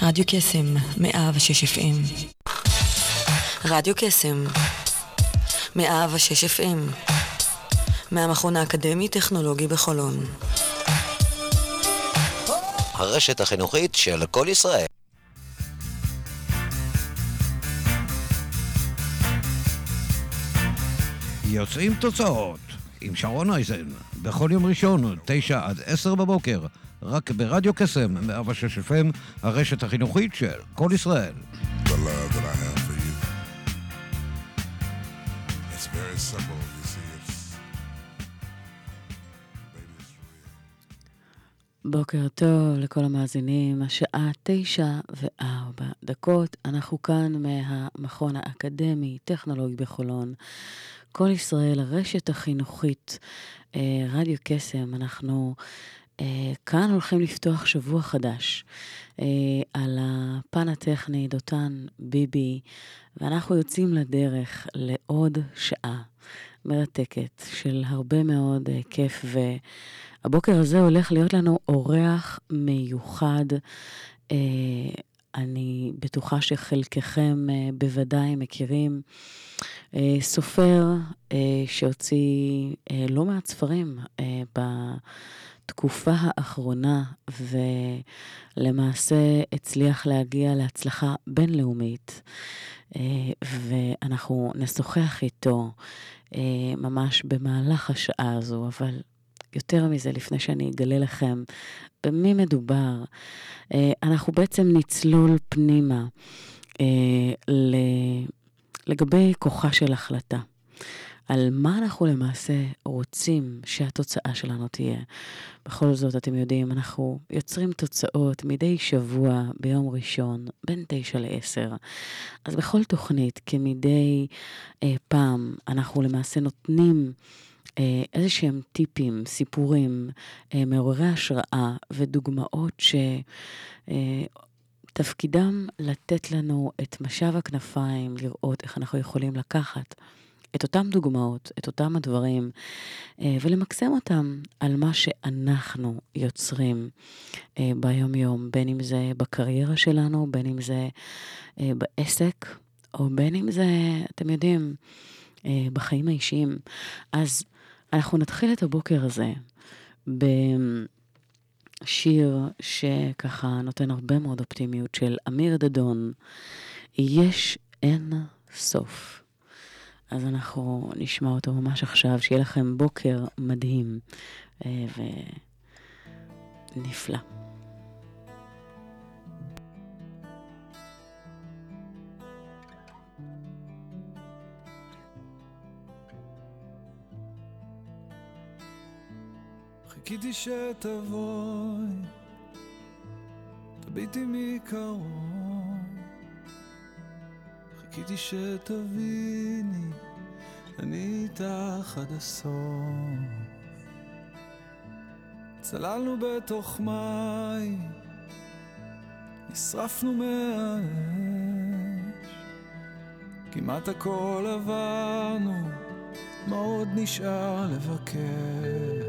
רדיו קסם, 106 FM. רדיו קסם, 106 FM. מהמכון האקדמי-טכנולוגי בחולון. הרשת החינוכית של כל ישראל. יוצאים תוצאות עם שרון אייזן בכל יום ראשון 9 עד 10 בבוקר רק ברדיו קסם 106 FM, הרשת החינוכית של כל ישראל. The love that I have for you, it's very simple. You see, baby, it's real. בוקר טוב לכל המאזינים, השעה 9:04. אנחנו כאן מהמכון האקדמי-טכנולוגי בחולון. כל ישראל, הרשת החינוכית, רדיו קסם. אנחנו כאן הולכים לפתוח שבוע חדש על הפן הטכני, דותן ביבי, ואנחנו יוצאים לדרך לעוד שעה מרתקת של הרבה מאוד כיף, והבוקר הזה הולך להיות לנו אורח מיוחד. אני בטוחה שחלקכם בוודאי מכירים סופר שהוציא לא מעט ספרים בתקופה האחרונה, ולמעשה הצליח להגיע להצלחה בינלאומית, ואנחנו נשוחח איתו ממש במהלך השעה הזו. אבל יותר מזה, לפני שאני אגלה לכם במי מדובר, אנחנו בעצם נצלול פנימה לגבי כוחה של החלטה, על מה אנחנו למעשה רוצים שהתוצאה שלנו תהיה. בכל זאת, אתם יודעים, אנחנו יוצרים תוצאות מדי שבוע ביום ראשון בין 9 ל-10. אז בכל תוכנית, כמדי פעם, אנחנו למעשה נותנים איזה שהם טיפים, סיפורים, מעוררי השראה ודוגמאות שתפקידם לתת לנו את משב הכנפיים, לראות איך אנחנו יכולים לקחת את אותם דוגמאות, את אותם הדברים, ולמקסם אותם על מה שאנחנו יוצרים ביום יום, בין אם זה בקריירה שלנו, בין אם זה בעסק, או בין אם זה, אתם יודעים, בחיים האישיים. אז אנחנו נתחיל את הבוקר הזה בשיר שככה נותן הרבה מאוד אופטימיות של אמיר דדון, יש אין סוף. אז אנחנו נשמע אותו ממש עכשיו, שיהיה לכם בוקר מדהים ונפלא. חיכיתי שתבואי, תביטי מקרוב, חיכיתי שתביני, אני איתך עד הסוף. צללנו בתוך מים, נשרפנו מהאש, כמעט הכל עברנו, מה עוד נשאר לבקר?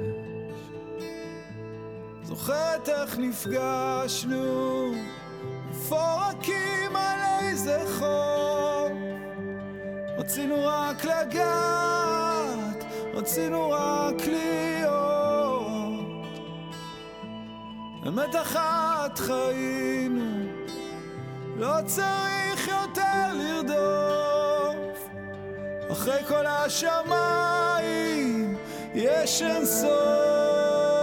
זוכרת איך נפגשנו מפורקים על איזה חוף, רצינו רק לגעת, רצינו רק להיות, אמת אחת חיינו, לא צריך יותר לרדוף, אחרי כל השמיים יש אין סוף.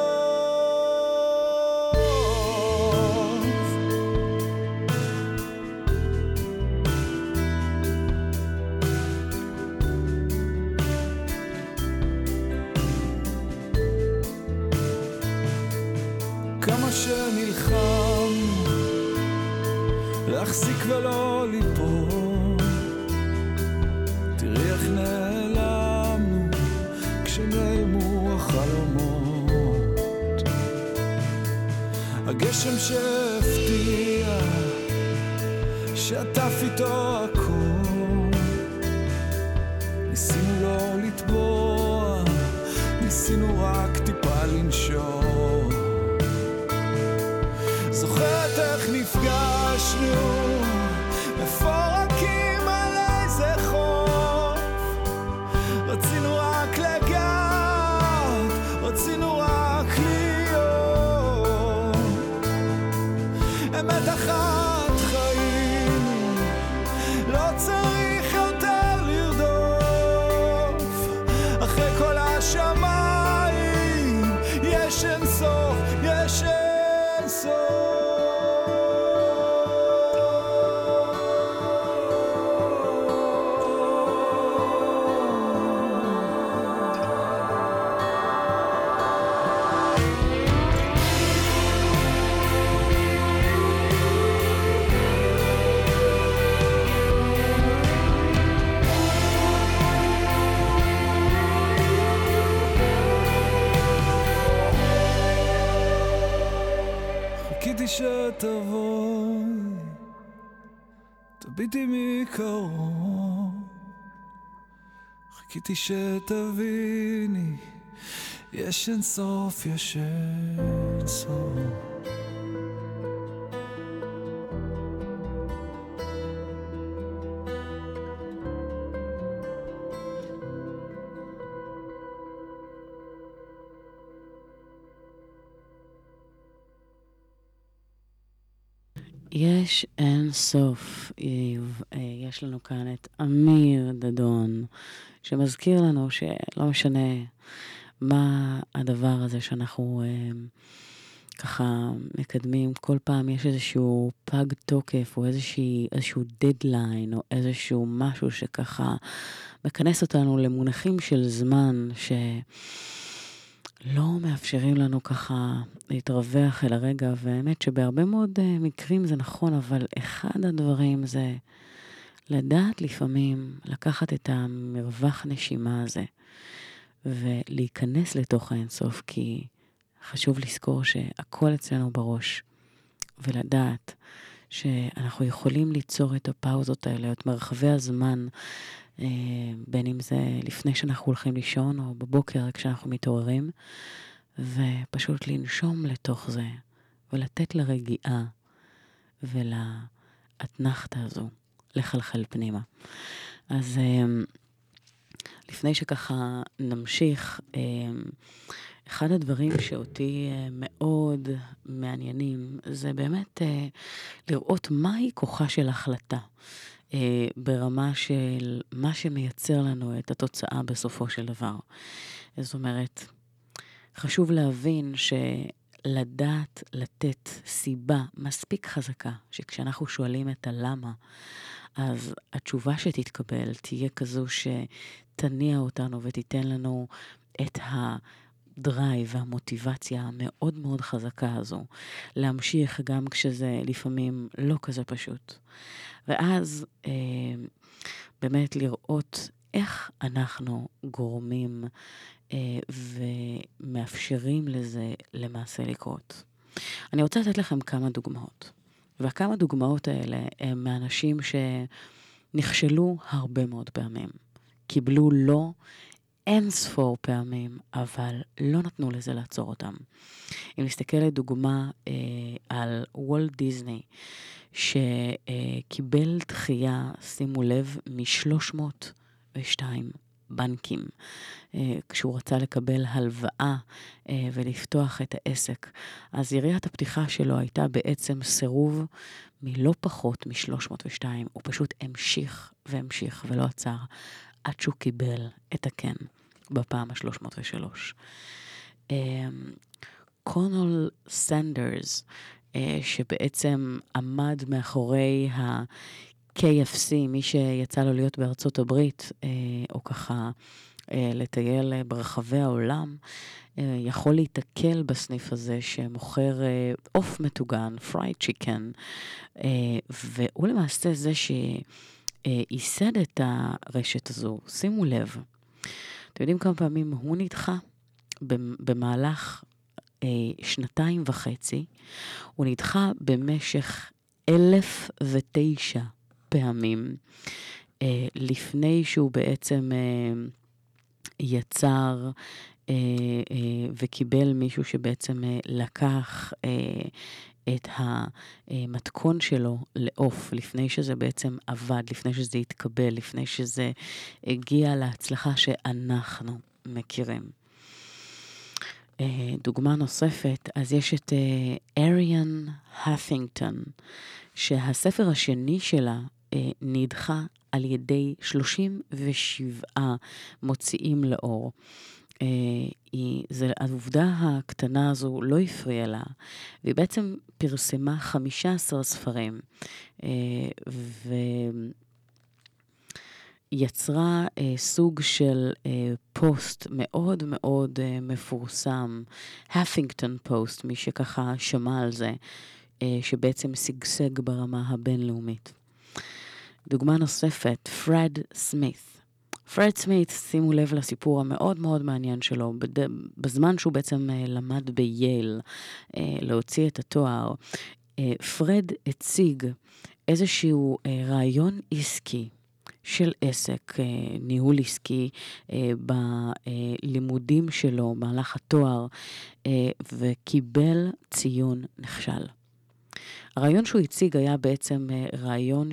שנלחמנו להחזיק ולא ליפול, תראי איך נעלמנו כשנעלמו החלומות. הגשם שהפתיע שעטף איתו הכל, ניסינו לא לטבוע, ניסינו רק טיפה לנשור. זוכרת איך נפגשנו היינו מפורקים על איזה חוף, רצינו רק לגעת, רצינו רק להיות אמת אחת חיים, לא צריך יותר לרדוף אחרי כל השמיים, יש אין סוף, יש אין סוף. חיכיתי שתבואי, תביטי מקרוב, חיכיתי שתביני, יש אין סוף, יש אין סוף. יש אין סוף. יש לנו כאן את אמיר דדון, שמזכיר לנו שלא משנה מה הדבר הזה שאנחנו ככה מקדמים, כל פעם יש איזשהו פג תוקף, או איזשהו דדליין, או איזשהו משהו שככה מכנס אותנו למונחים של זמן, לא מאפשרים לנו ככה להתרווח אל הרגע, והאמת שבהרבה מאוד מקרים זה נכון, אבל אחד הדברים זה לדעת לפעמים לקחת את המרווח נשימה הזה, ולהיכנס לתוך האינסוף, כי חשוב לזכור שהכל אצלנו בראש, ולדעת שאנחנו יכולים ליצור את הפאוזות האלה, את מרחבי הזמן, בין אם זה לפני שאנחנו הולכים לישון, או בבוקר כשאנחנו מתעוררים, ופשוט לנשום לתוך זה, ולתת לרגיעה, ולאתנחתה הזו, לחלחל פנימה. אז לפני שככה נמשיך, אחד הדברים שאותי מאוד מעניינים, זה באמת לראות מהי כוחה של החלטה, ברמה של מה שמייצר לנו את התוצאה בסופו של דבר. זאת אומרת, חשוב להבין שלדעת לתת סיבה מספיק חזקה, שכשאנחנו שואלים את הלמה, אז התשובה שתתקבל תהיה כזו שתניע אותנו ותיתן לנו את הדרייב והמוטיבציה המאוד מאוד חזקה הזו, להמשיך גם כשזה לפעמים לא כזה פשוט. ואז באמת לראות איך אנחנו גורמים ומאפשרים לזה למעשה לקרות. אני רוצה לתת לכם כמה דוגמאות. והכמה דוגמאות האלה הם מאנשים שנכשלו הרבה מאוד פעמים. קיבלו לא אין ספור פעמים, אבל לא נתנו לזה לעצור אותם. אם נסתכל לדוגמה על וולט דיסני, שקיבל דחייה, שימו לב, מ-302 בנקים, כשהוא רצה לקבל הלוואה ולפתוח את העסק. אז יריית הפתיחה שלו הייתה בעצם סירוב מלא פחות מ-302. הוא פשוט המשיך והמשיך ולא עצר, עד שהוא קיבל את הכן בפעם ה-303. קונול סנדרס, שבעצם עמד מאחורי ה-KFC, מי שיצא לו להיות בארצות הברית, או ככה לטייל ברחבי העולם, יכול להתקל בסניף הזה שמוכר עוף מטוגן, פרייד צ'יקן, והוא למעשה זה שייסד את הרשת הזו. שימו לב, אתם יודעים כמה פעמים הוא נדחה? במהלך 2.5 שנתיים, הוא נדחה במשך 1,009 פעמים, לפני שהוא בעצם יצר וקיבל מישהו שבעצם לקח את המתכון שלו לעוף, לפני שזה בעצם עבד, לפני שזה התקבל, לפני שזה הגיע להצלחה שאנחנו מכירים. דוגמה נוספת, אז יש את אריאן הפינגטון, שהספר השני שלה נדחה על ידי 37 מוציאים לאור. העובדה הקטנה הזו לא הפריעה לה, והיא בעצם פרסמה 15 ספרים, ויצרה סוג של פוסט מאוד מאוד מפורסם, הפינגטון פוסט, מי שככה שמע על זה, שבעצם שגשג ברמה הבינלאומית. דוגמה נוספת, פרד סמית. פרד סמית, שימו לב לסיפור המאוד מאוד מעניין שלו, בזמן שהוא בעצם למד בייל להוציא את התואר, פרד הציג איזשהו רעיון עסקי של עסק, ניהול עסקי בלימודים שלו, במהלך התואר, וקיבל ציון נכשל. הרעיון שהוא הציג היה בעצם רעיון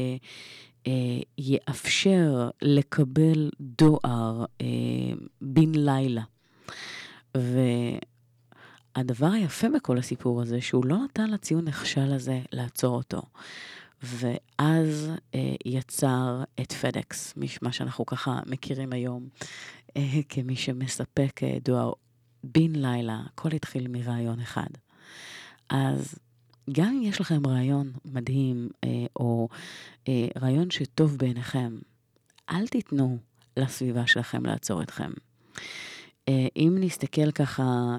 שיאפשר לקבל דואר בן לילה. והדבר היפה מכל הסיפור הזה, שהוא לא נתן לציון נכשל הזה לעצור אותו. ואז יצר את פדקס, מה שאנחנו ככה מכירים היום, כמי שמספק דואר בן לילה. הכל התחיל מרעיון אחד. אז גם אם יש לכם רעיון מדהים, או רעיון שטוב בעיניכם, אל תיתנו לסביבה שלכם לעצור אתכם. אם נסתכל ככה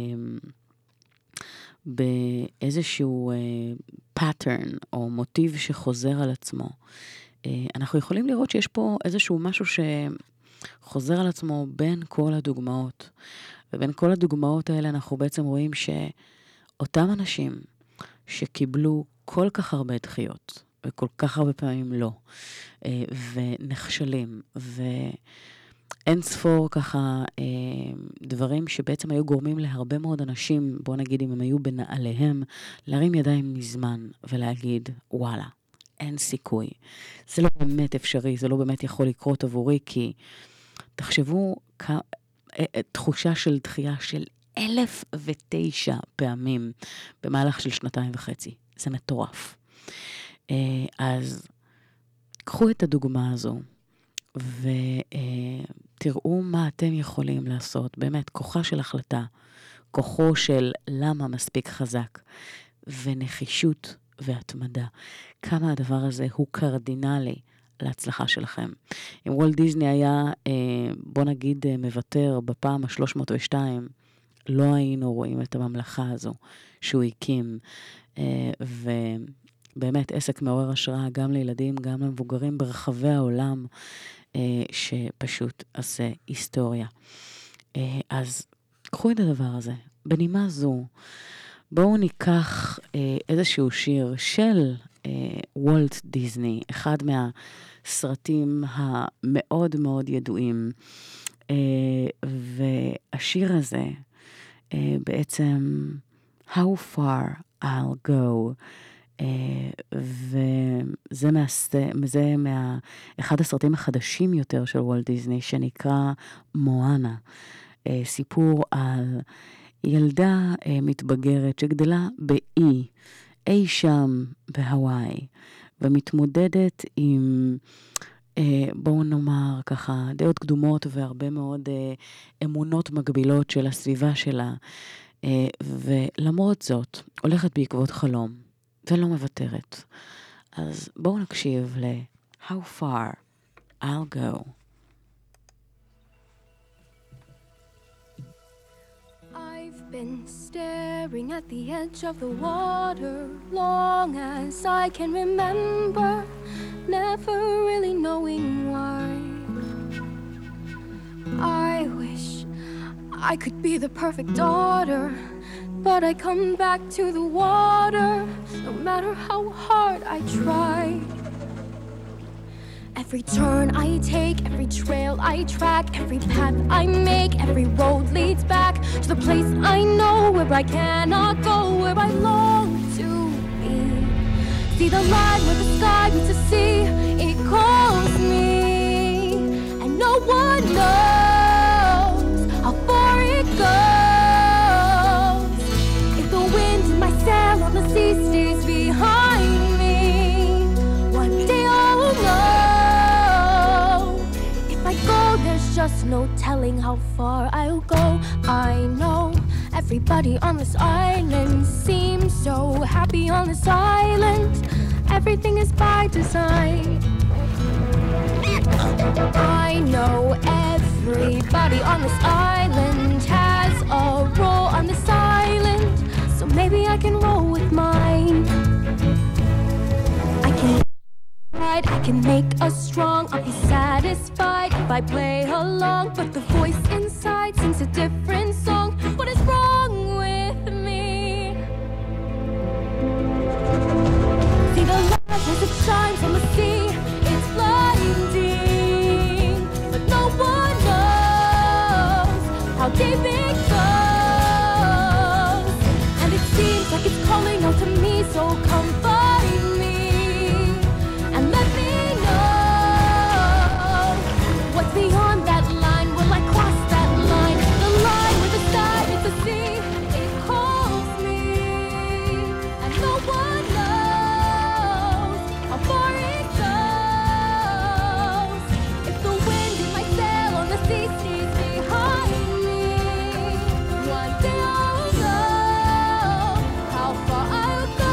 באיזשהו pattern או מוטיב שחוזר על עצמו, אנחנו יכולים לראות שיש פה איזשהו משהו שחוזר על עצמו בין כל הדוגמאות. ובין כל הדוגמאות האלה אנחנו בעצם רואים שאותם אנשים שקיבלו כל כך הרבה דחיות, וכל כך הרבה פעמים לא, ונכשלים, ואין ספור ככה דברים שבעצם היו גורמים להרבה מאוד אנשים, בוא נגיד אם הם היו בנעליהם, להרים ידיים מזמן ולהגיד, וואלה, אין סיכוי. זה לא באמת אפשרי, זה לא באמת יכול לקרות עבורי, כי תחשבו תחושה של דחייה של 1,009 פעמים במהלך של 2.5 שנים. זה מטורף. אז קחו את הדוגמה הזו, ותראו מה אתם יכולים לעשות. באמת, כוחה של החלטה, כוחו של למה מספיק חזק, ונחישות והתמדה. כמה הדבר הזה הוא קרדינלי להצלחה שלכם. אם וולט דיזני היה, בוא נגיד, מוותר בפעם ה-302, לא היינו רואים את הממלכה הזו שהוא הקים, ובאמת עסק מעורר השראה גם לילדים, גם למבוגרים ברחבי העולם, שפשוט עושה היסטוריה. אז קחו את הדבר הזה. בנימה זו, בואו ניקח איזשהו שיר של וולט דיזני, אחד מהסרטים המאוד מאוד ידועים, והשיר הזה בעצם How Far I'll Go, וזה אחד הסרטים החדשים יותר של וולט דיזני, שנקרא מואנה, סיפור על ילדה מתבגרת שגדלה אי שם בהוואי, ומתמודדת עם, בואו נאמר ככה, דעות קדומות והרבה מאוד אמונות מגבילות של הסביבה שלה, ולמרות זאת הולכת בעקבות חלום ולא מוותרת. אז בואו נקשיב ל-How Far I'll Go. I've been staring at the edge of the water long as I can remember, never really knowing why. I wish I could be the perfect daughter, but I come back to the water no matter how hard I try. At Every turn I take, every trail I track, every path I make, every road leads back to the place I know where I cannot go, where I long to be. See the line where the sky meets the sea, it calls me, and no one knows how far it goes. If the wind in my sail on the sea stays behind me, one day I'll know. If I go, there's just no telling how far I'll go. I know everybody on this island seems so happy on this island. Everything is by design. I know everybody on this island has a role on this island, so maybe I can roll with mine. I can make us strong, I'll be satisfied if I play along, but the voice inside sings a different song. What is wrong with me? See the light as it shines on the sea, it's blinding, but no one knows how deep it goes. And it seems like it's calling out to me, so come find me. Beyond that line, will I cross that line? The line with the sky, with the sea, it calls me, and no one knows how far it goes. If the wind in my sail on the sea stays behind me, one day I'll know how far I'll go.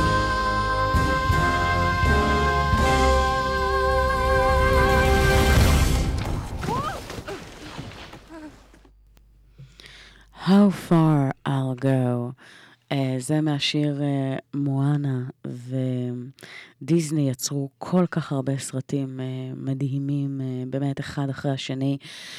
How far I'll go. זה מהשיר מואנה, ודיסני יצרו כל כך הרבה סרטים מדהימים, באמת אחד אחרי השני,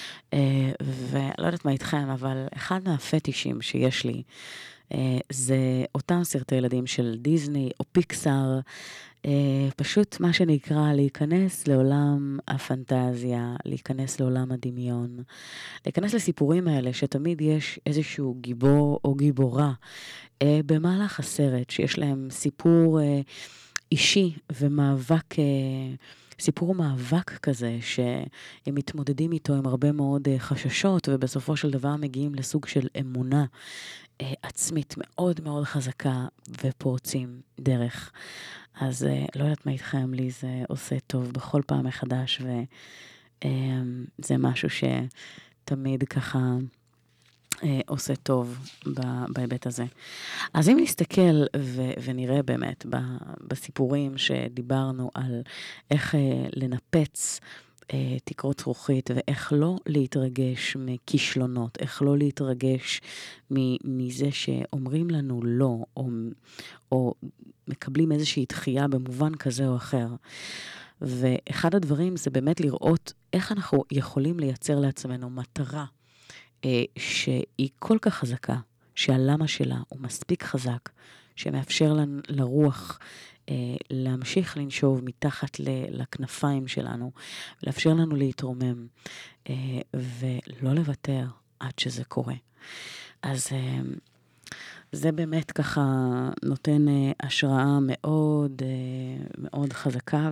ולא יודעת מה איתכם, אבל אחד מהפטישים שיש לי, זה אותם סרטי ילדים של דיסני או פיקסאר, פשוט מה שנקרא להיכנס לעולם הפנטזיה, להיכנס לעולם הדמיון, להיכנס לסיפורים האלה שתמיד יש איזשהו גיבור או גיבורה במהלך הסרט, שיש להם סיפור אישי ומאבק, סיפור מאבק כזה, שהם מתמודדים איתו עם הרבה מאוד חששות, ובסופו של דבר מגיעים לסוג של אמונה עצמית מאוד מאוד חזקה, ופורצים דרך. אז לא יודעת מה איתכם, לי זה עושה טוב בכל פעם מחדש, וזה משהו שתמיד ככה עושה טוב בהיבט הזה. אז אם נסתכל ונראה באמת בסיפורים שדיברנו על איך לנפץ תקרות זכוכית, ואיך לא להתרגש מכישלונות, איך לא להתרגש מזה שאומרים לנו לא, או מקבלים איזושהי דחייה במובן כזה או אחר. ואחד הדברים זה באמת לראות איך אנחנו יכולים לייצר לעצמנו מטרה שהיא כל כך חזקה, שהלמה שלה הוא מספיק חזק, שמאפשר לרוח להמשיך לנשוב מתחת לכנפיים שלנו, ולאפשר לנו להתרומם, ולא לוותר עד שזה קורה. אז זה באמת ככה נותן השראה מאוד מאוד חזקה,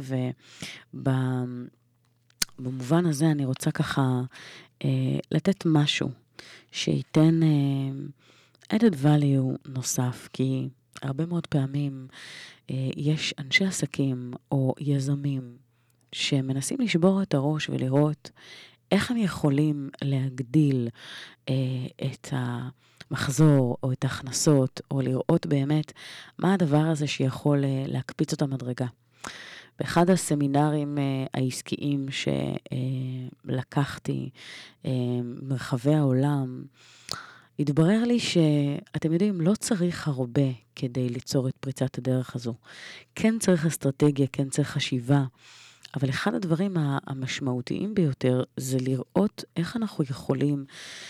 ובמובן הזה אני רוצה ככה לתת משהו שייתן added value נוסף, כי הרבה מאוד פעמים יש אנשי עסקים או יזמים שמנסים לשבור את הראש ולראות איך הם יכולים להגדיל את המחזור או את ההכנסות, או לראות באמת מה הדבר הזה שיכול להקפיץ אותה מדרגה. באחד הסמינרים העסקיים שלקחתי מרחבי העולם, התברר לי שאתם יודעים, לא צריך הרבה כדי ליצור את פריצת הדרך הזו. כן צריך אסטרטגיה, כן צריך חשיבה, אבל אחד הדברים המשמעותיים ביותר זה לראות איך אנחנו יכולים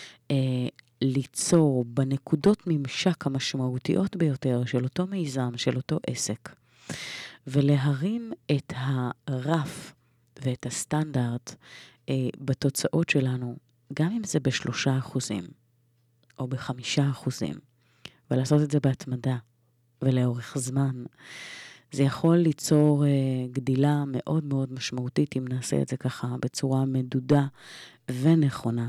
ליצור בנקודות ממשק המשמעותיות ביותר של אותו מיזם, של אותו עסק, ולהרים את הרף ואת הסטנדרט בתוצאות שלנו, גם אם זה ב3% או ב5%, ולעשות את זה בהתמדה ולאורך זמן, זה יכול ליצור גדילה מאוד מאוד משמעותית, אם נעשה את זה ככה בצורה מדודה ונכונה.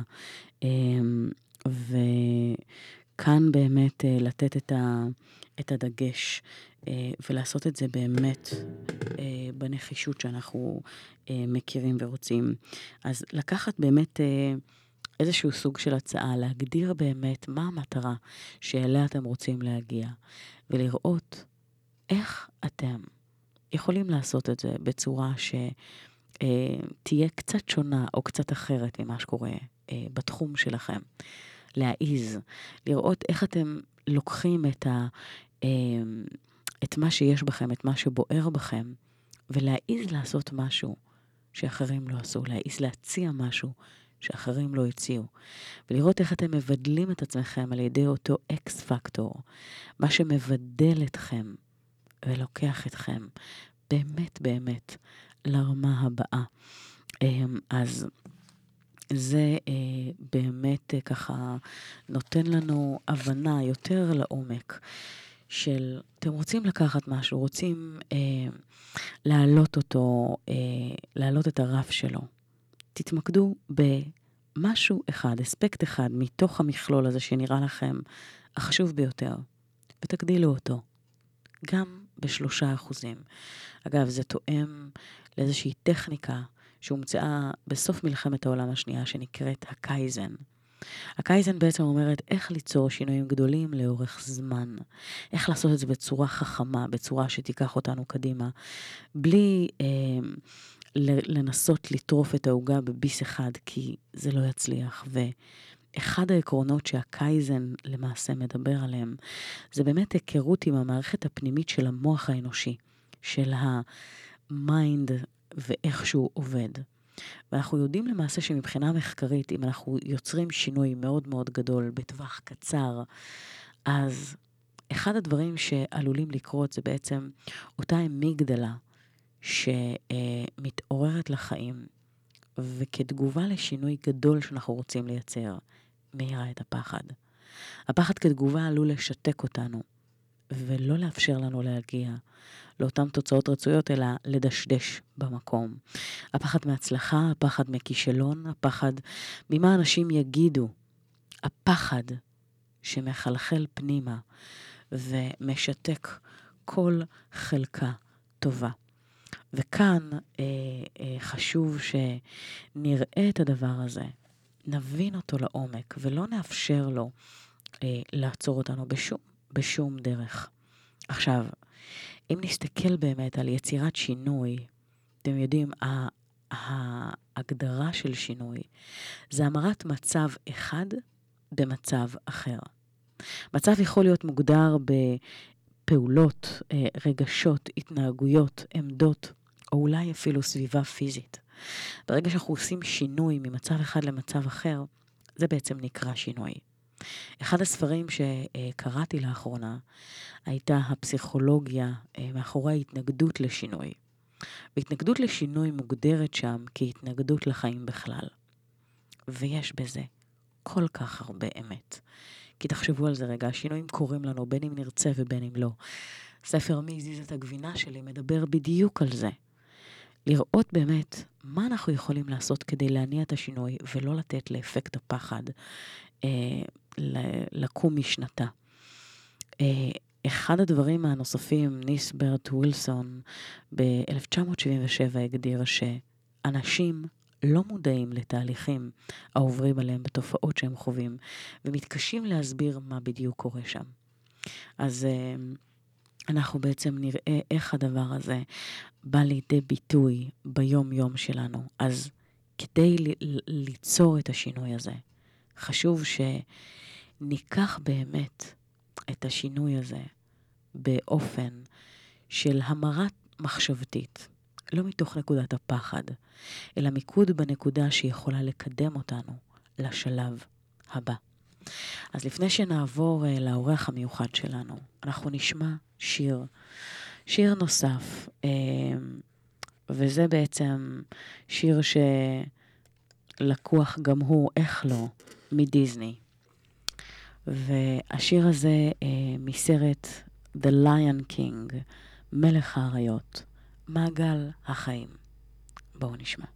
וכאן באמת לתת את הדגש, ולעשות את זה באמת בנחישות שאנחנו מכירים ורוצים. אז לקחת באמת איזשהו סוג של הצעה, להגדיר באמת מה המטרה שאליה אתם רוצים להגיע, ולראות איך אתם יכולים לעשות את זה בצורה שתהיה קצת שונה או קצת אחרת ממה שקורה בתחום שלכם. להעיז, לראות איך אתם לוקחים את מה שיש בכם, את מה שבוער בכם, ולהעיז לעשות משהו שאחרים לא עשו, להעיז להציע משהו שאחרים לא הציעו, ולראות איך אתם מבדלים את עצמכם על ידי אותו אקס פקטור, מה שמבדל אתכם ולוקח אתכם באמת באמת לרמה הבאה. אז זה באמת ככה נותן לנו הבנה יותר לעומק של אתם רוצים לקחת משהו, רוצים להעלות אותו, להעלות את הרף שלו. תתמקדו במשהו אחד, אספקט אחד מתוך המכלול הזה שנראה לכם החשוב ביותר, ותגדילו אותו. גם ב3%. אגב, זה תואם לאיזושהי טכניקה שהומצאה בסוף מלחמת העולם השנייה, שנקראת הקייזן. הקייזן בעצם אומרת איך ליצור שינויים גדולים לאורך זמן. איך לעשות את זה בצורה חכמה, בצורה שתיקח אותנו קדימה, בלי לנסות לטרוף את העוגה בביס אחד, כי זה לא יצליח. אחד העקרונות שהקייזן למעשה מדבר עליהם, זה באמת היכרות עם המערכת הפנימית של המוח האנושי, של המיינד ואיך שהוא עובד. ואנחנו יודעים למעשה שמבחינה מחקרית, אם אנחנו יוצרים שינוי מאוד מאוד גדול בטווח קצר, אז אחד הדברים שעלולים לקרות זה בעצם אותה אמיגדלה שמתעוררת לחיים, וכתגובה לשינוי גדול שאנחנו רוצים לייצר, מהירה את הפחד. הפחד כתגובה עלול לשתק אותנו, ולא לאפשר לנו להגיע לאותן תוצאות רצויות, אלא לדשדש במקום. הפחד מהצלחה, הפחד מכישלון, הפחד ממה אנשים יגידו, הפחד שמחלחל פנימה ומשתק כל חלקה טובה. וכאן חשוב שנראה את הדבר הזה, נבין אותו לעומק, ולא נאפשר לו לעצור אותנו בשום דרך. עכשיו, אם נסתכל באמת על יצירת שינוי, אתם יודעים, ההגדרה של שינוי, זה המרת מצב אחד במצב אחר. מצב יכול להיות מוגדר בפעולות, רגשות, התנהגויות, עמדות, או אולי אפילו סביבה פיזית. ברגע שאנחנו עושים שינוי ממצב אחד למצב אחר, זה בעצם נקרא שינוי. אחד הספרים שקראתי לאחרונה, הייתה הפסיכולוגיה מאחורי ההתנגדות לשינוי. והתנגדות לשינוי מוגדרת שם כהתנגדות לחיים בכלל. ויש בזה כל כך הרבה אמת. כי תחשבו על זה רגע, השינויים קורים לנו בין אם נרצה ובין אם לא. ספר מי הזיז את הגבינה שלי מדבר בדיוק על זה. לראות באמת מה אנחנו יכולים לעשות כדי להניע את השינוי, ולא לתת לאפקט הפחד לקום משנתה. אחד הדברים הנוספים, ניס ברט ווילסון ב-1977 הגדיר שאנשים לא מודעים לתהליכים העוברים עליהם בתופעות שהם חווים, ומתקשים להסביר מה בדיוק קורה שם. אז אנחנו בעצם נראה איך הדבר הזה בא לידי ביטוי ביום יום שלנו. אז כדי ליצור את השינוי הזה, חשוב שניקח באמת את השינוי הזה באופן של המרת מחשבתית, לא מתוך נקודת הפחד, אלא מיקוד בנקודה שיכולה לקדם אותנו לשלב הבא. אז לפני שנעבור לאורח המיוחד שלנו, אנחנו נשמע שיר נוסף וזה בעצם שיר שלקוח גם הוא, איך לא, מדיזני. והשיר הזה מסרט The Lion King, מלך האריות, מעגל החיים. בואו נשמע.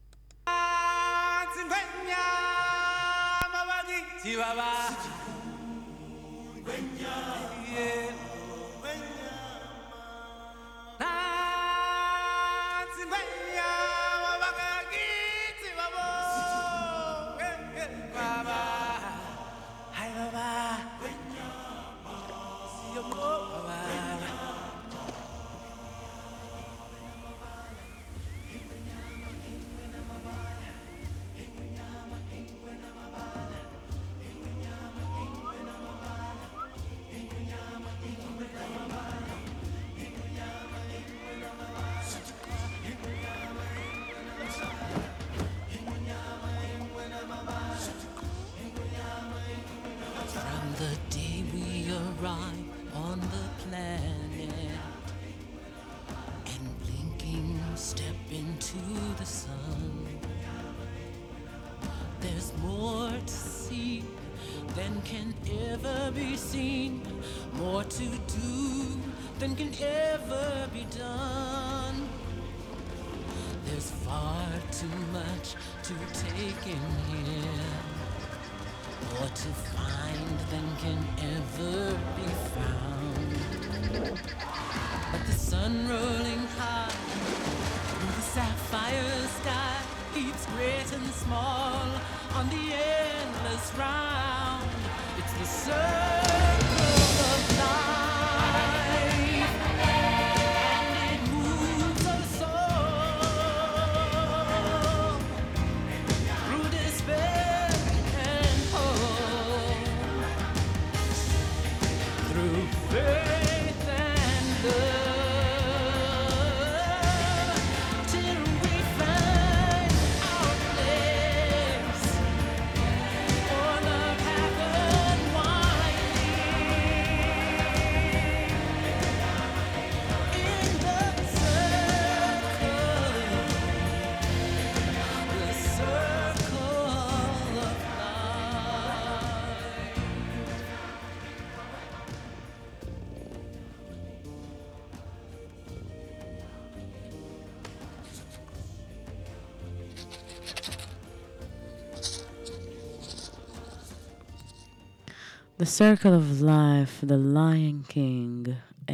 The Circle of Life, The Lion King.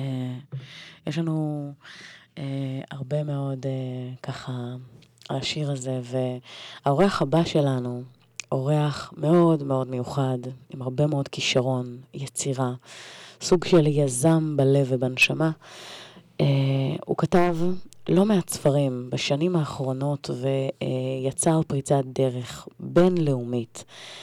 יש לנו הרבה מאוד ככה על השיר הזה, והאורח הבא שלנו, אורח מאוד מאוד מיוחד, עם הרבה מאוד כישרון, יצירה, סוג של יזם בלב ובנשמה. הוא כתב לא מעט ספרים בשנים האחרונות, ויצר פריצת דרך בינלאומית,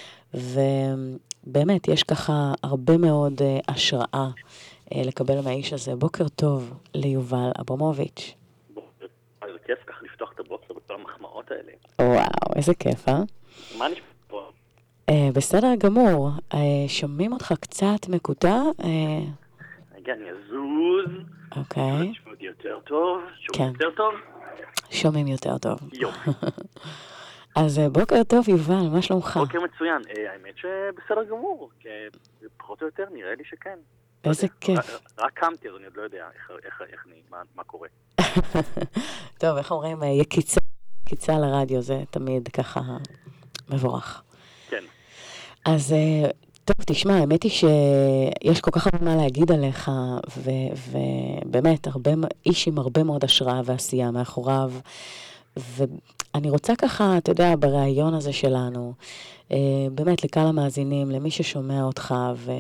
באמת, יש ככה הרבה מאוד השראה לקבל מהאיש הזה. בוקר טוב ליובל אברמוביץ'. איזה כיף כך לפתוח את הבוקר בכל המחמאות האלה. וואו, איזה כיף, אה? מה נשמע פה? בסדר גמור. שומעים אותך קצת מקוטע? רגע, אני אזוז. אוקיי. שומעים יותר טוב? שומעים יותר טוב? שומעים יותר טוב. יופי. אז בוקר טוב, יובל, מה שלומך? בוקר מצוין. האמת שבסדר גמור. פחות או יותר נראה לי שכן. איזה כיף. רק קמתי, אז אני עוד לא יודע מה קורה. טוב, איך אומרים? יקיצה לרדיו, זה תמיד ככה מבורך. כן. אז טוב, תשמע, האמת היא שיש כל כך הרבה מה להגיד עליך, ובאמת, איש עם הרבה מאוד השראה ועשייה מאחוריו, ואני רוצה ככה, אתה יודע, ברעיון הזה שלנו, באמת לקהל המאזינים, למי ששומע אותך,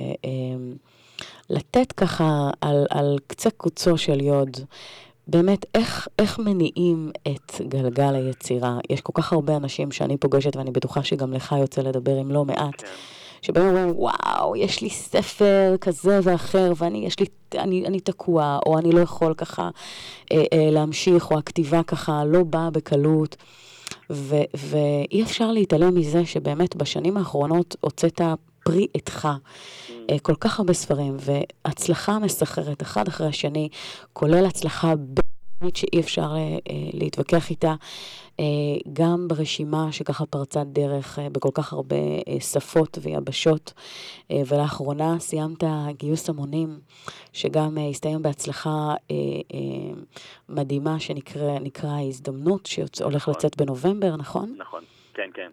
ולתת ככה על קצה קוצו של יוד, באמת, איך מניעים את גלגל היצירה? יש כל כך הרבה אנשים שאני פוגשת, ואני בטוחה שגם לך יוצא לדבר עם לא מעט, שבהם אומרים, וואו, יש לי ספר כזה ואחר, ואני תקוע, או אני לא יכול ככה להמשיך, או הכתיבה ככה לא באה בקלות, ואי אפשר להתעלם מזה שבאמת בשנים האחרונות הוצאת פרי עטך, כל כך הרבה ספרים, והצלחה מסחררת אחד אחרי השני, כולל הצלחה שאי אפשר להתווכח איתה, גם ברשימה שככה פרצת דרך בכל כך הרבה שפות ויבשות, ולאחרונה סיימת גיוס המונים, שגם הסתיים בהצלחה מדהימה שנקרא ההזדמנות, שהולך לצאת בנובמבר, נכון? נכון, כן, כן.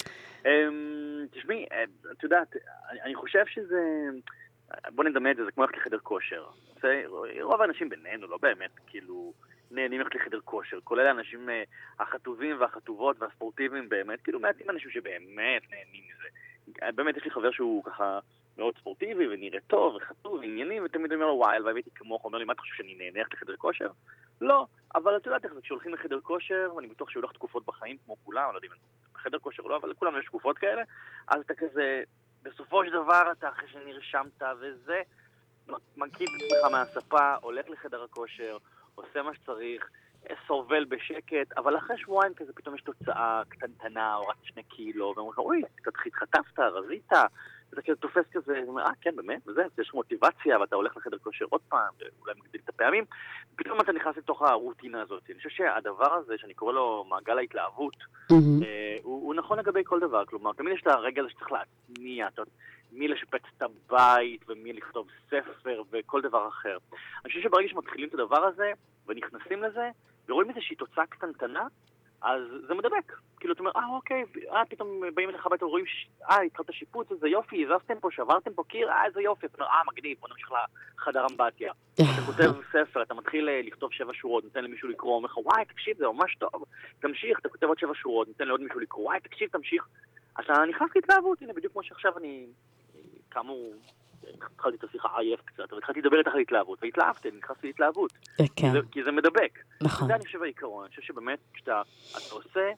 תשמעי, את יודעת, אני חושב שזה, בוא נדמה את זה, זה כמו ללכת לחדר כושר. רוב האנשים בינינו לא באמת כאילו נהנים ללכת לחדר כושר, כולל האנשים החטובים והחטובות והספורטיביים באמת, כאילו מעטים אנשים שבאמת נהנים מזה. באמת יש לי חבר שהוא ככה מאוד ספורטיבי ונראה טוב וחטוב ועניינים, ותמיד אומר לו, וואי, הלוואי הייתי כמוך, אומר לי, מה אתה חושב שאני נהנה ללכת לחדר כושר? לא, אבל את יודעת איך זה, כשהולכים לחדר כושר, ואני בטוח שהולך תקופות בחיים כמו כולם, אני לא יודע אם בחדר כושר לא, אבל לכולם יש תקופות כאלה, אז אתה כזה, בסופו של דבר אתה אחרי שנרשמת וזה, מנקיד את עצמך מהספה, הולך לחדר הכושר, עושה מה שצריך, סובל בשקט, אבל אחרי שבועיים כזה פתאום יש תוצאה קטנטנה, או רק 2 קילו, ואומרים לך, אוי, קצת התחטפת, רזית, וזה כזה תופס כזה, ואומר, כן, באמת, וזה, יש מוטיבציה, ואתה הולך לחדר כושר עוד פעם, ואולי מגדיל את הפעמים, פתאום אתה נכנס לתוך הרוטינה הזאת. אני חושב שהדבר הזה, שאני קורא לו מעגל ההתלהבות, הוא נכון לגבי כל דבר, כלומר, תמיד יש את הרגע הזה שצריך להטמיע, מי לשפץ את הבית, ומי לכתוב ספר, וכל דבר אחר. אני חושב שברגע שמתחילים את הדבר הזה, ונכנסים לזה, ורואים איזושהי תוצאה קטנטנה, אז זה מדבק. כאילו, אתה אומר, אוקיי, פתאום באים אליך הביתה ורואים, התחלת שיפוץ, איזה יופי, הזזתם פה, שברתם פה קיר, איזה יופי. אתה אומר, מגניב, בוא נמשיך לחדר אמבטיה. אתה כותב ספר, אתה מתחיל לכתוב 7 שורות, נותן למישהו לקרוא, אומר לך, וואי, תקשיב, זה ממש טוב. תמשיך, אתה כותב עוד 7 שורות, נותן לעוד מישהו לקרוא, וואי, תקשיב, תמשיך. אז אתה נכנס להתלהבות, הנה, בדיוק כמו שעכשיו אני, כאמור, התחלתי את השיחה עייף קצת, אבל התחלתי לדבר איתך על התלהבות, והתלהבתי, נכנסתי להתלהבות. כי זה מדבק. נכון. זה אני חושב העיקרון, אני חושב שבאמת כשאתה עושה,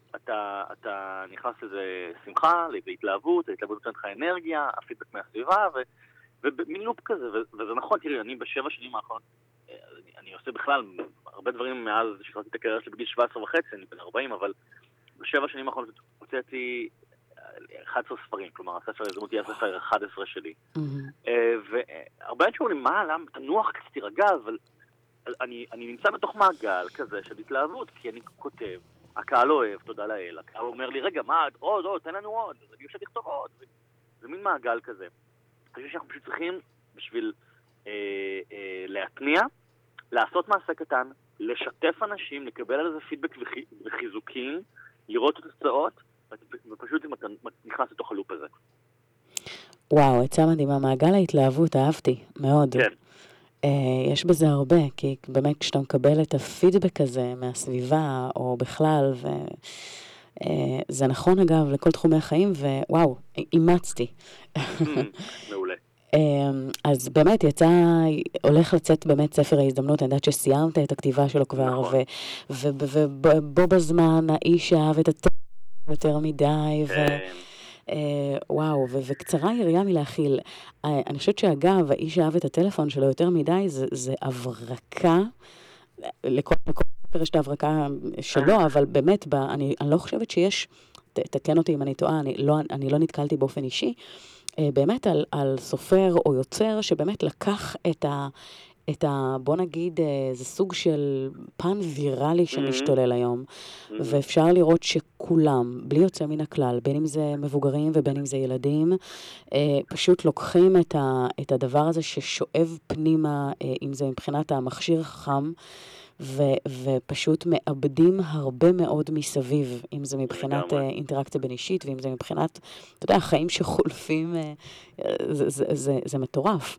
אתה נכנס לזה שמחה, להתלהבות, ההתלהבות נותנת לך אנרגיה, הפידבק מהסביבה, ומין לופ כזה, וזה נכון, תראי, אני ב7 שנים האחרונות, אני עושה בכלל הרבה דברים מאז שהתחלתי את הקריירה שלי בגיל 17 וחצי, אני בן 40, אבל ב7 שנים האחרונות הוצאתי 11 ספרים, כלומר, הספר היזמות יהיה הספר 11 שלי. והרבה אנשים אומרים, למה, תנוח קצת, תירגע, אבל אני נמצא בתוך מעגל כזה של התלהבות, כי אני כותב, הקהל אוהב, תודה לאל, הקהל אומר לי, רגע, מה, עוד, תן לנו עוד, אז אני יושב לכתוב עוד. זה מין מעגל כזה. אני חושב שאנחנו פשוט צריכים, בשביל להתניע, לעשות מעשה קטן, לשתף אנשים, לקבל על זה פידבק וחיזוקים, לראות את התוצאות, ופשוט אם אתה נכנס לתוך הלופ הזה. וואו, עצה מדהימה, מעגל ההתלהבות, אהבתי, מאוד. כן. יש בזה הרבה, כי באמת כשאתה מקבל את הפידבק הזה מהסביבה, או בכלל, זה נכון אגב לכל תחומי החיים, ווואו, אימצתי. מעולה. אז באמת הולך לצאת באמת ספר ההזדמנות, אני יודעת שסיימת את הכתיבה שלו כבר, ובו בזמן האיש אהב את הטלפון יותר מדי, וואו, וקצרה יריעה מלהכיל. אני חושבת שאגב, האיש אהב את הטלפון שלו יותר מדי, זה הברקה, לכל ספר יש את ההברקה שלו, אבל באמת, אני לא חושבת שיש, תקן אותי אם אני טועה, אני לא נתקלתי באופן אישי, באמת על סופר או יוצר שבאמת לקח בוא נגיד, זה סוג של פן ויראלי שמשתולל היום, ואפשר לראות שכולם, בלי יוצא מן הכלל, בין אם זה מבוגרים ובין אם זה ילדים, פשוט לוקחים את הדבר הזה ששואב פנימה, אם זה מבחינת המכשיר החכם, ופשוט מאבדים הרבה מאוד מסביב, אם זה מבחינת אינטראקציה בין אישית, ואם זה מבחינת, אתה יודע, החיים שחולפים, זה מטורף.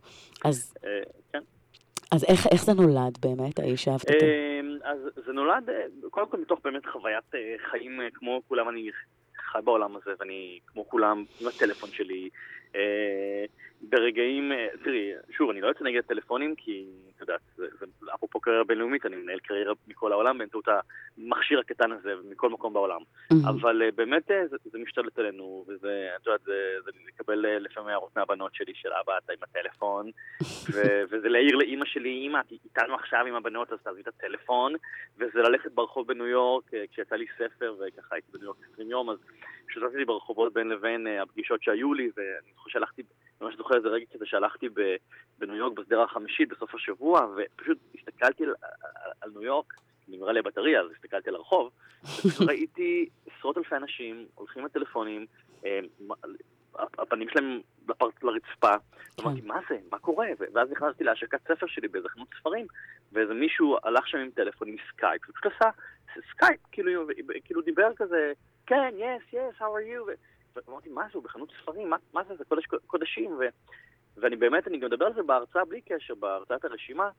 אז איך זה נולד באמת, האיש אהבת אותו? אז זה נולד, קודם כל מתוך באמת חוויית חיים כמו כולם, אני חי בעולם הזה, ואני כמו כולם עם הטלפון שלי, ברגעים, תראי, שוב, אני לא יוצא נגד הטלפונים, כי, אתה יודע, זה אפרופו קריירה בינלאומית, אני מנהל קריירה מכל העולם, באמצעות המכשיר הקטן הזה, מכל מקום בעולם. אבל באמת זה משתלט עלינו, וזה, אתה יודע, זה לקבל לפעמים הערות מהבנות שלי, של אבא, אתה עם הטלפון, וזה להעיר לאמא שלי, אמא, איתנו עכשיו עם הבנות, אז תעזבי את הטלפון, וזה ללכת ברחוב בניו יורק, כשיצא לי ספר, וככה הייתי בניו יורק 20 יום, אז שתעשתי ברחובות בין לבין הפגישות שהיו לי, ואני חושב שהלכתי, ממש זוכר איזה רגע כזה שהלכתי בניו יורק בסדרה החמישית בסוף השבוע, ופשוט הסתכלתי על ניו יורק, נגמרה לי הבטריה, אז הסתכלתי על הרחוב, וראיתי עשרות אלפי אנשים הולכים לטלפונים, הפנים שלהם לרצפה, ואמרתי, מה זה? מה קורה? ואז נכנסתי להשקת ספר שלי באיזה חנות ספרים, ואיזה מישהו הלך שם עם טלפון, עם סקייפ, ופשוט עשה סקייפ, כאילו דיבר כזה, כן, yes, how are you? ואמרתי, מה זה? הוא בחנות ספרים? מה זה? זה קודשים? ואני באמת, אני גם מדבר על זה בהרצאה בלי קשר, בהרצאת הרשימה,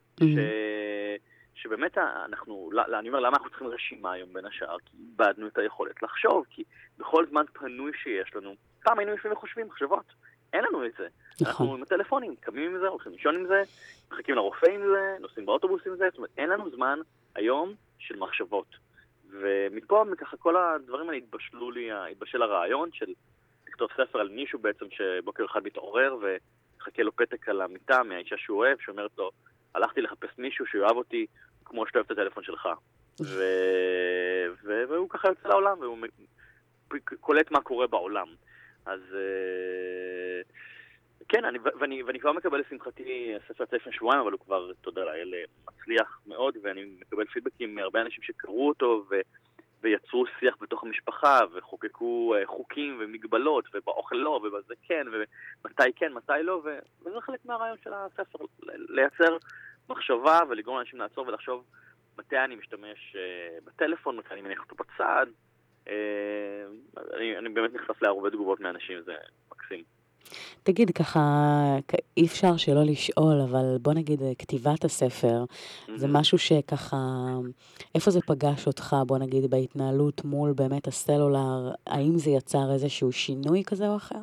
שבאמת אני אומר, למה אנחנו צריכים רשימה היום בין השאר? כי איבדנו את היכולת לחשוב, כי בכל זמן פנוי שיש לנו, פעם היינו יושבים וחושבים מחשבות, אין לנו את זה. אנחנו עם הטלפונים, קמים עם זה, הולכים לישון עם זה, מחכים לרופא עם זה, נוסעים באוטובוס עם זה, זאת אומרת, אין לנו זמן היום של מחשבות. ומפה, ככה, כל הדברים האלה התבשל הרעיון של לכתוב ספר על מישהו בעצם שבוקר אחד מתעורר וחכה לו פתק על המיטה מהאישה שהוא אוהב, שאומרת לו, הלכתי לחפש מישהו שאוהב אותי כמו שאתה אוהב את הטלפון שלך. והוא ככה יוצא לעולם, והוא קולט מה קורה בעולם. אז כן, ואני כבר מקבל לשמחתי ספר יצא לפני שבועיים, אבל הוא כבר, תודה לאל, מצליח מאוד, ואני מקבל פידבקים מהרבה אנשים שקראו אותו, ויצרו שיח בתוך המשפחה, וחוקקו חוקים ומגבלות, ובאוכל לא, ובזה כן, ומתי כן, מתי לא, וזה חלק מהרעיון של הספר, לייצר מחשבה ולגרום לאנשים לעצור ולחשוב מתי אני משתמש בטלפון, מתי אני מניח אותו בצד. אני באמת נחשף להרבה תגובות מאנשים, זה מקסים. תגיד, ככה, אי אפשר שלא לשאול, אבל בוא נגיד, כתיבת הספר, זה משהו שככה, איפה זה פגש אותך, בוא נגיד, בהתנהלות מול באמת הסלולר, האם זה יצר איזשהו שינוי כזה או אחר?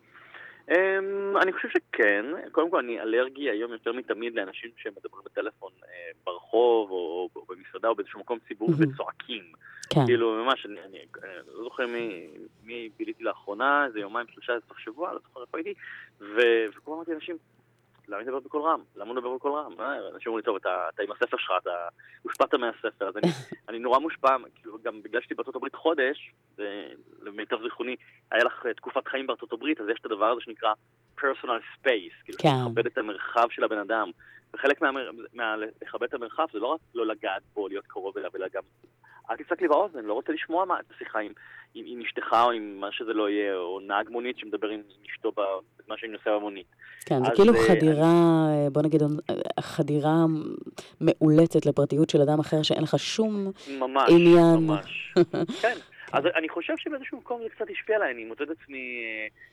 אני חושב שכן. קודם כל, אני אלרגי היום יותר מתמיד לאנשים שמדברים בטלפון ברחוב, או במסעדה, או באיזשהו מקום ציבורי, וצועקים. כאילו, ממש, אני לא זוכר מי ביליתי לאחרונה, זה יומיים, 3 סוף שבוע, לא זוכר איפה הייתי, וכמו אמרתי לאנשים, למה אני מדבר בכל רם? למה הוא מדבר בכל רם? אנשים אומרים לי, טוב, אתה עם הספר שלך, אתה הושפעת מהספר, אז אני נורא מושפע, כאילו, גם בגלל שתי בארצות הברית חודש, למיטב זיכרוני, היה לך תקופת חיים בארצות הברית, אז יש את הדבר הזה שנקרא personal space, כאילו, לכבד את המרחב של הבן אדם, וחלק לכבד את המרחב זה לא רק לא לגעת בו, להיות קרוב אליו, אלא גם אל תצעק לי באוזן, לא רוצה לשמוע את השיחה עם אשתך או עם מה שזה לא יהיה, או נהג מונית שמדבר עם אשתו במה שאני נוסע במונית. כן, זה כאילו חדירה, בוא נגיד, חדירה מאולצת לפרטיות של אדם אחר שאין לך שום עניין. ממש, כן. אז אני חושב שבאיזשהו מקום זה קצת השפיע עליי, אני מוצא את עצמי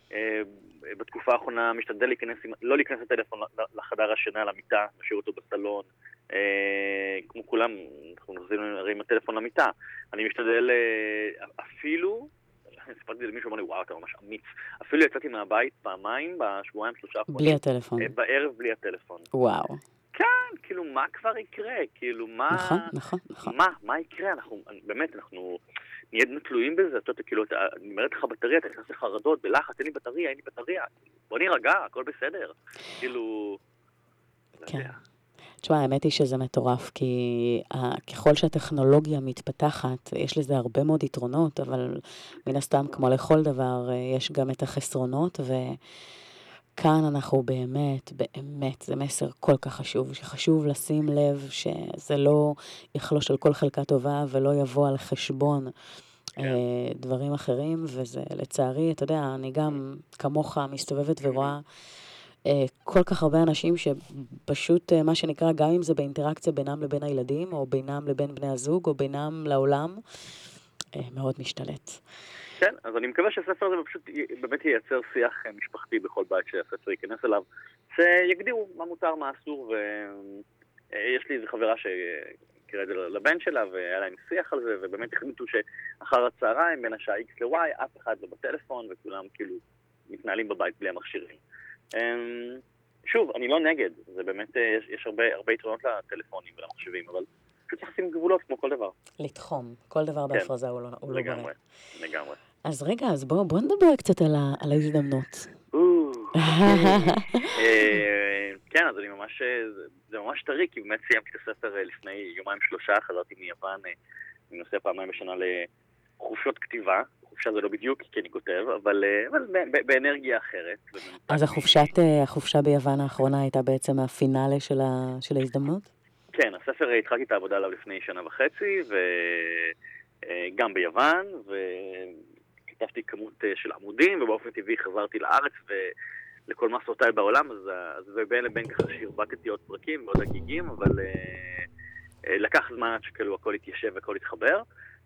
בתקופה האחרונה משתדל לא להיכנס לטלפון לחדר השינה, למיטה, משאיר אותו בסלון, כמו כולם, אנחנו נחזירים הרי עם הטלפון למיטה. אני משתדל אפילו, סיפרתי למישהו, אמר לי, וואו, אתה ממש אמיץ. אפילו יצאתי מהבית פעמיים, בשבועיים, 3 חודשים. בלי הטלפון. בערב בלי הטלפון. וואו. כן, כאילו, מה כבר יקרה? כאילו, מה... נכון. מה יקרה? באמת, אנחנו נהיינו תלויים בזה. אתה יודע, כאילו, אני אומרת לך בטריה, אתה נכנס לחרדות, בלחץ, אין לי בטריה. בוא נירגע, הכל בסדר. כאילו... כן. תשמע, האמת היא שזה מטורף, כי ככל שהטכנולוגיה מתפתחת, יש לזה הרבה מאוד יתרונות, אבל מן הסתם, כמו לכל דבר, יש גם את החסרונות, וכאן אנחנו באמת, זה מסר כל כך חשוב, שחשוב לשים לב שזה לא יחלוש על כל חלקה טובה, ולא יבוא על חשבון דברים אחרים, וזה לצערי, אתה יודע, אני גם כמוך מסתובבת ורואה, כל כך הרבה אנשים שפשוט, מה שנקרא, גם אם זה באינטראקציה בינם לבין הילדים, או בינם לבין בני הזוג, או בינם לעולם, מאוד משתלט. כן, אז אני מקווה שהספר הזה פשוט באמת ייצר שיח משפחתי בכל בית שהספר ייכנס אליו, שיגדירו מה מותר, מה אסור, ויש לי איזו חברה שקראה את זה לבן שלה, והיה להם שיח על זה, ובאמת החליטו שאחר הצהריים, בין השעה X ל-Y, אף אחד לא בטלפון, וכולם כאילו מתנהלים בבית בלי המכשירים. שוב, אני לא נגד, זה באמת, יש הרבה יתרונות לטלפונים ולמחשבים, אבל פשוט צריך לשים גבולות כמו כל דבר. לתחום, כל דבר בהפרזה הוא לא בריא. לגמרי. אז רגע, אז בוא נדבר קצת על ההזדמנות. כן, אז זה ממש טרי, כי באמת סיימתי את הספר לפני 2-3, חזרתי מיוון, אני נוסע פעמיים בשנה לחופשות כתיבה, חופשה זה לא בדיוק כי אני כותב, אבל באנרגיה אחרת. אז החופשה ביוון האחרונה הייתה בעצם הפינאלה של ההזדמנות? כן, הספר התחלתי את העבודה עליו לפני 1.5 שנה, וגם ביוון, וכתבתי כמות של עמודים, ובאופן טבעי חזרתי לארץ ולכל מסעותיי בעולם, אז בין לבין ככה שהרבטתי עוד פרקים ועוד הגיגים, אבל לקח זמן עד שכאילו הכל התיישב והכל התחבר,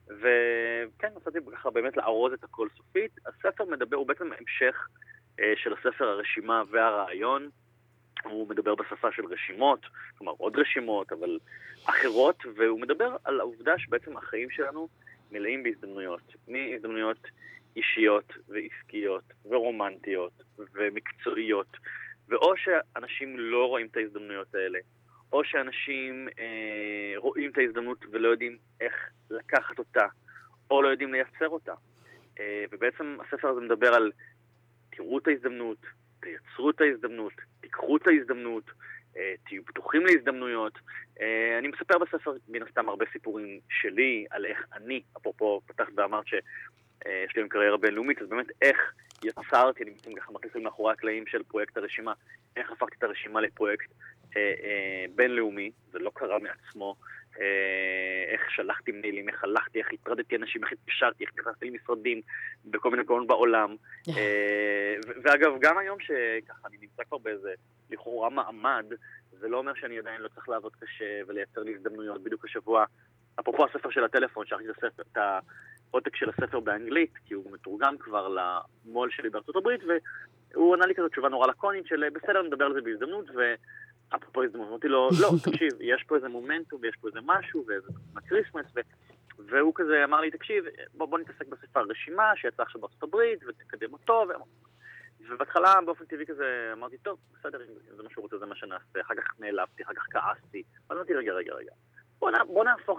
וכן, נסעתי ככה באמת לארוז את הכל סופית. הספר מדבר, הוא בעצם המשך של הספר הרשימה והרעיון, הוא מדבר בשפה של רשימות, כלומר עוד רשימות, אבל אחרות, והוא מדבר על העובדה שבעצם החיים שלנו מלאים בהזדמנויות, מהזדמנויות אישיות ועסקיות ורומנטיות ומקצועיות, ואו שאנשים לא רואים את ההזדמנויות האלה, או שאנשים רואים את ההזדמנות ולא יודעים איך לקחת אותה, או לא יודעים לייצר אותה. ובעצם הספר הזה מדבר על תראו את ההזדמנות, תייצרו את ההזדמנות, תיקחו את ההזדמנות, תהיו פתוחים להזדמנויות. אני מספר בספר מן הסתם הרבה סיפורים שלי על איך אני, אפרופו פתחת ואמרת שיש לי קריירה בינלאומית, אז באמת איך יצרתי, אני בעצם ככה מכניס מאחורי הקלעים של פרויקט הרשימה, איך הפכתי את הרשימה לפרויקט בינלאומי, זה לא קרה מעצמו, איך שלחתי מיילים, איך הלכתי, איך התרדתי אנשים, איך התקשרתי, איך נכנסתי למשרדים בכל מיני מקומות בעולם. ואגב, גם היום שככה אני נמצא כבר באיזה לכאורה מעמד, זה לא אומר שאני עדיין לא צריך לעבוד קשה ולייצר לי הזדמנויות. בדיוק השבוע, אפרופו הספר של הטלפון, שלחתי את העותק של הספר באנגלית, כי הוא מתורגם כבר למול שלי בארצות הברית, והוא ענה לי כזאת תשובה נורא לקונית של בסדר, נדבר על זה בהזדמנות, אפרופו הזדמנות, אמרתי לו, לא, תקשיב, יש פה איזה מומנטום ויש פה איזה משהו ואיזה קריסמס, והוא כזה אמר לי, תקשיב, בוא נתעסק בספר הרשימה שיצא עכשיו בארצות הברית ותקדם אותו, ובהתחלה באופן טבעי כזה אמרתי, טוב, בסדר, אם זה מה שהוא רוצה, זה מה שנעשה, אחר כך נעלבתי, אחר כך כעסתי, אבל אמרתי, רגע, בוא נהפוך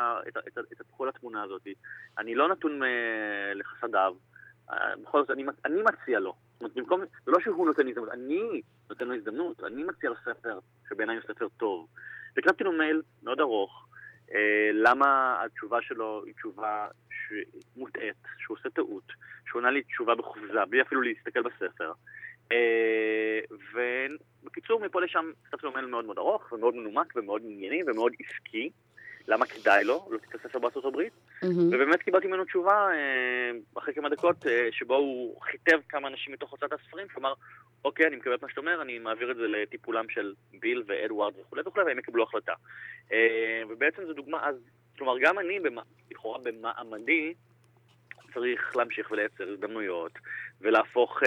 את כל התמונה הזאת, אני לא נתון לחסדיו, בכל זאת, אני מציע לו, זאת אומרת, במקום, זה לא שהוא נותן לי הזדמנות, אני נותן לו הזדמנות, אני מציע לספר שבעיניי הוא ספר טוב. וכתבתי לו מייל מאוד ארוך, למה התשובה שלו היא תשובה מוטעת, שהוא עושה טעות, שהוא עונה לי תשובה בחופזה, בלי אפילו להסתכל בספר. ובקיצור, מפה לשם כתבתי לו מייל מאוד מאוד ארוך, ומאוד מנומק, ומאוד ענייני, ומאוד עסקי, למה כדאי לו להוציא את הספר בארצות הברית, ובאמת קיבלתי ממנו תשובה אחרי כמה דקות שבו הוא חיטב כמה אנשים מתוך הוצאת הספרים, כלומר, אוקיי, אני מקבל את מה שאתה אומר, אני מעביר את זה לטיפולם של ביל ואדוארד וכו', והם יקבלו החלטה. ובעצם זו דוגמה, אז, כלומר, גם אני, לכאורה במעמדי, צריך להמשיך ולייצר הזדמנויות, ולהפוך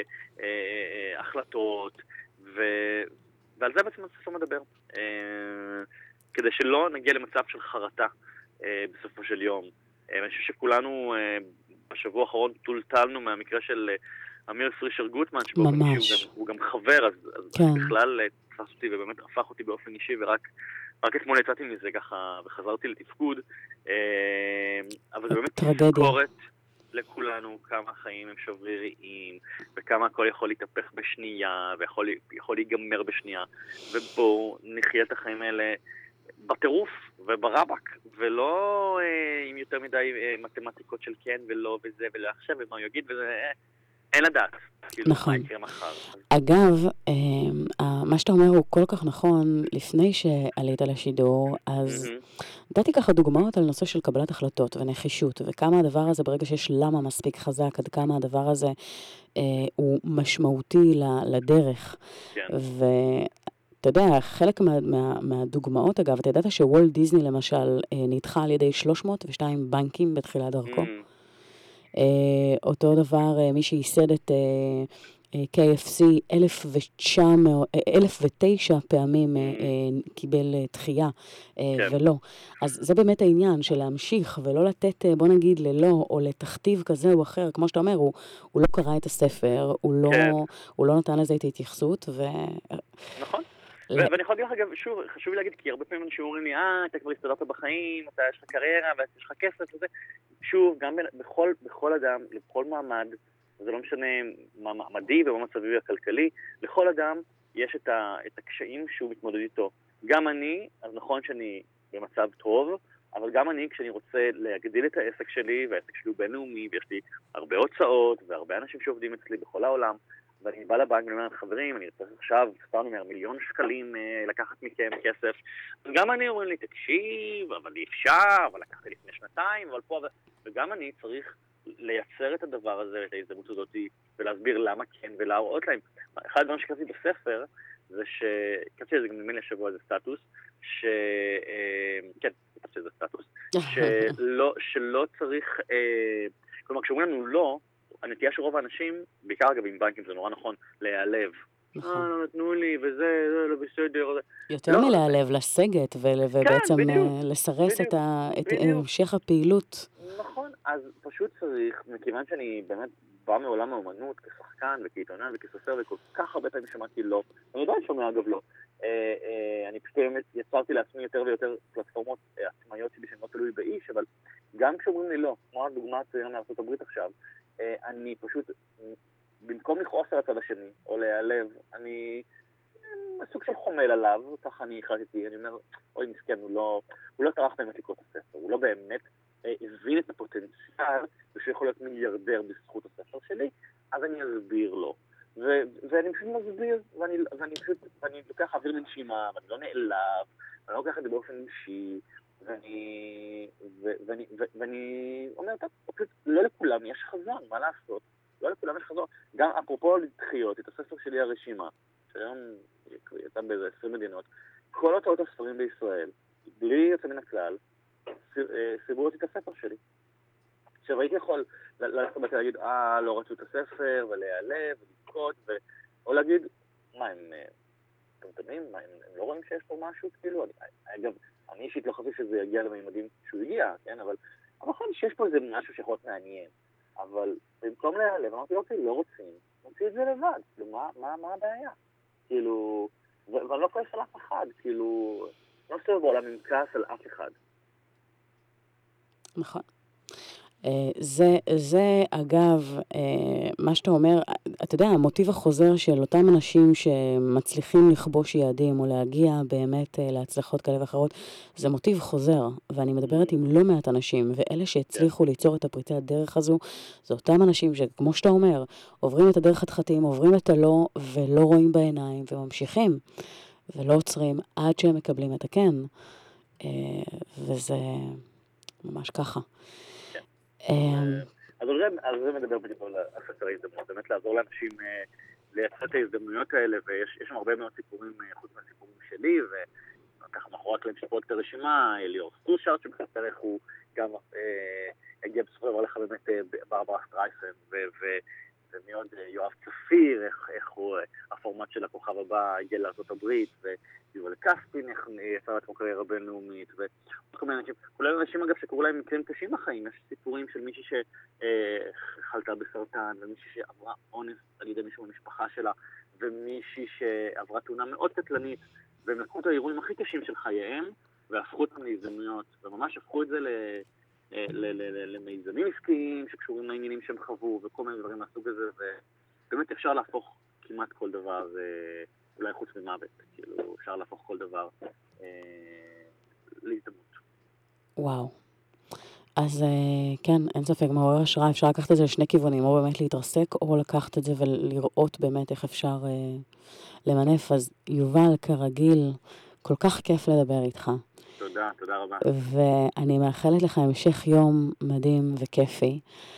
החלטות, ועל זה בעצם הספר מדבר. כדי שלא נגיע למצב של חרטה בסופו של יום. אני חושב שכולנו בשבוע האחרון טולטלנו מהמקרה של אמיר פרישר גוטמן, שבאופן אישי הוא גם חבר, אז בכלל תפס אותי ובאמת הפך אותי באופן אישי, ורק אתמול יצאתי מזה ככה וחזרתי לתפקוד. אבל זה באמת תזכורת לכולנו כמה החיים הם שבריריים, וכמה הכל יכול להתהפך בשנייה, ויכול להיגמר בשנייה, ובואו נחיה את החיים האלה בטירוף וברבק, ולא עם יותר מדי מתמטיקות של כן ולא וזה ולא עכשיו ומה הוא יגיד, וזה אין לדעת. נכון. אגב, מה שאתה אומר הוא כל כך נכון. לפני שעלית לשידור, אז נתתי ככה דוגמאות על נושא של קבלת החלטות ונחישות, וכמה הדבר הזה ברגע שיש למה מספיק חזק, עד כמה הדבר הזה הוא משמעותי לדרך. אתה יודע, חלק מהדוגמאות, אגב, אתה ידעת שוולט דיזני למשל נדחה על ידי 302 בנקים בתחילת דרכו. אותו דבר, מי שייסד את KFC 1,009 פעמים קיבל דחייה ולא. אז זה באמת העניין של להמשיך ולא לתת, בוא נגיד, ללא או לתכתיב כזה או אחר. כמו שאתה אומר, הוא לא קרא את הספר, הוא לא נתן לזה את ההתייחסות. נכון. ואני יכול להגיד לך, שוב, חשוב לי להגיד, כי הרבה פעמים אנשים אומרים לי, אתה כבר הסתדרת בחיים, אתה יש לך קריירה ויש לך כסף וזה. שוב, גם בכל אדם, לכל מעמד, זה לא משנה מה מעמדי ומה מצבי הכלכלי, לכל אדם יש את הקשיים שהוא מתמודד איתו. גם אני, אז נכון שאני במצב טוב, אבל גם אני, כשאני רוצה להגדיל את העסק שלי, והעסק שלי הוא בינלאומי, ויש לי הרבה הוצאות, והרבה אנשים שעובדים אצלי בכל העולם, ואני בא לבנק ואומר, חברים, אני צריך עכשיו, ספרנו 1,000,000 שקלים לקחת מכם כסף. גם אני אומרים לי, תקשיב, אבל אי אפשר, אבל לקחתי לפני 2 אבל פה, וגם אני צריך לייצר את הדבר הזה, את ההזדמנות הזאת, ולהסביר למה כן, ולהראות להם. אחד הדברים שכתבתי בספר, זה כתבתי את זה גם נדמה לי השבוע, זה סטטוס, כן, כתבתי את זה סטטוס, שלא צריך, כלומר, כשאומרים לנו לא, הנטייה של רוב האנשים, בעיקר אגב עם בנקים, זה נורא נכון, להיעלב. לא נתנו לי, וזה לא בסדר. יותר מלהיעלב, לסגת, ובעצם לסרס את המשך הפעילות. נכון, אז פשוט צריך, מכיוון שאני באמת בא מעולם האומנות, כשחקן וכעיתונן וכסופר, וכל כך הרבה פעמים שמעתי לא. אני עדיין שומע אגב לא. אני פשוט יצרתי לעצמי יותר ויותר פלטפורמות עצמאיות שלי שאני לא תלוי באיש, אבל גם כשאומרים לי לא, כמו הדוגמה הצעירה מארצות הברית עכשיו, אני פשוט, במקום לכעוס על הצד השני, או להיעלב, אני סוג של חומל עליו, ככה אני החלטתי, אני אומר, אוי מסכן, הוא לא טרח באמת לקרוא את הספר, הוא לא באמת הבין את הפוטנציאל, ושיכול להיות מיליארדר בזכות הספר שלי, אז אני אסביר לו. ואני פשוט מסביר, ואני לוקח אוויר לנשימה, ואני לא נעלב, ואני לא לוקח את זה באופן אישי, ואני אומר, טוב, פשוט לא לכולם יש חזון, מה לעשות? לא לכולם יש חזון. גם אפרופו לדחיות, את הספר שלי הרשימה, שהיום יצא באיזה 20 מדינות, כל הוצאות הספרים בישראל, בלי יוצא מן הכלל, סיברו אותי את הספר שלי. עכשיו הייתי יכול ללכת להגיד, לא רצו את הספר, ולהיעלב, ולבכות, או להגיד, מה הם טמטמים? מה, הם לא רואים שיש פה משהו? כאילו, אגב, אני אישית לא חושב שזה יגיע לממדים שהוא הגיע, כן? אבל נכון שיש פה איזה משהו שיכול להיות מעניין. אבל במקום להיעלב, אמרתי, אוקיי, לא רוצים, נוציא את זה לבד. כאילו, מה הבעיה? כאילו, ואני לא כועס על אף אחד, כאילו, לא מסתובב בעולם עם כעס על אף אחד. נכון. זה אגב, מה שאתה אומר, אתה יודע, המוטיב החוזר של אותם אנשים שמצליחים לכבוש יעדים או להגיע באמת להצלחות כאלה ואחרות, זה מוטיב חוזר, ואני מדברת עם לא מעט אנשים, ואלה שהצליחו ליצור את הפריצת הדרך הזו, זה אותם אנשים שכמו שאתה אומר, עוברים את הדרך חתחתים, עוברים את הלא ולא רואים בעיניים, וממשיכים, ולא עוצרים עד שהם מקבלים את הכן, וזה ממש ככה. אז זה מדבר בדיוק על הספר ההזדמנות, באמת לעזור לאנשים לייצר את ההזדמנויות האלה, ויש שם הרבה מאוד סיפורים חוץ מהסיפורים שלי, וככה מאחורי הקלעים של פרויקט הרשימה, ליאור סטושארט שמחסר איך הוא גם הגיע בסופו של דבר לך באמת ברברה סטרייסן, ומי עוד יואב צפיר, איך הוא, הפורמט של הכוכב הבא הגיע לארצות הברית, ויובל כספין, איך יצר לעצמו קריירה בינלאומית, וכל מיני אנשים, כולל אנשים אגב שקוראו להם מקרים קשים בחיים, יש סיפורים של מישהי שחלתה בסרטן, ומישהי שעברה אונס על ידי מישהו במשפחה שלה, ומישהי שעברה תאונה מאוד קטלנית, והם לקחו את האירועים הכי קשים של חייהם, והפכו אותם להזדמנויות, וממש הפכו את זה למיזמים עסקיים שקשורים לעניינים שהם חוו, וכל מיני דברים מהסוג הזה, ובאמת אפשר להפוך כמעט כל דבר, אולי חוץ ממוות, כאילו אפשר להפוך כל דבר להזדמנות. וואו. אז כן, אין ספק, מעורר השראה, אפשר לקחת את זה לשני כיוונים, או באמת להתרסק, או לקחת את זה ולראות באמת איך אפשר למנף. אז יובל, כרגיל, כל כך כיף לדבר איתך. תודה רבה. ואני מאחלת לך המשך יום מדהים וכיפי.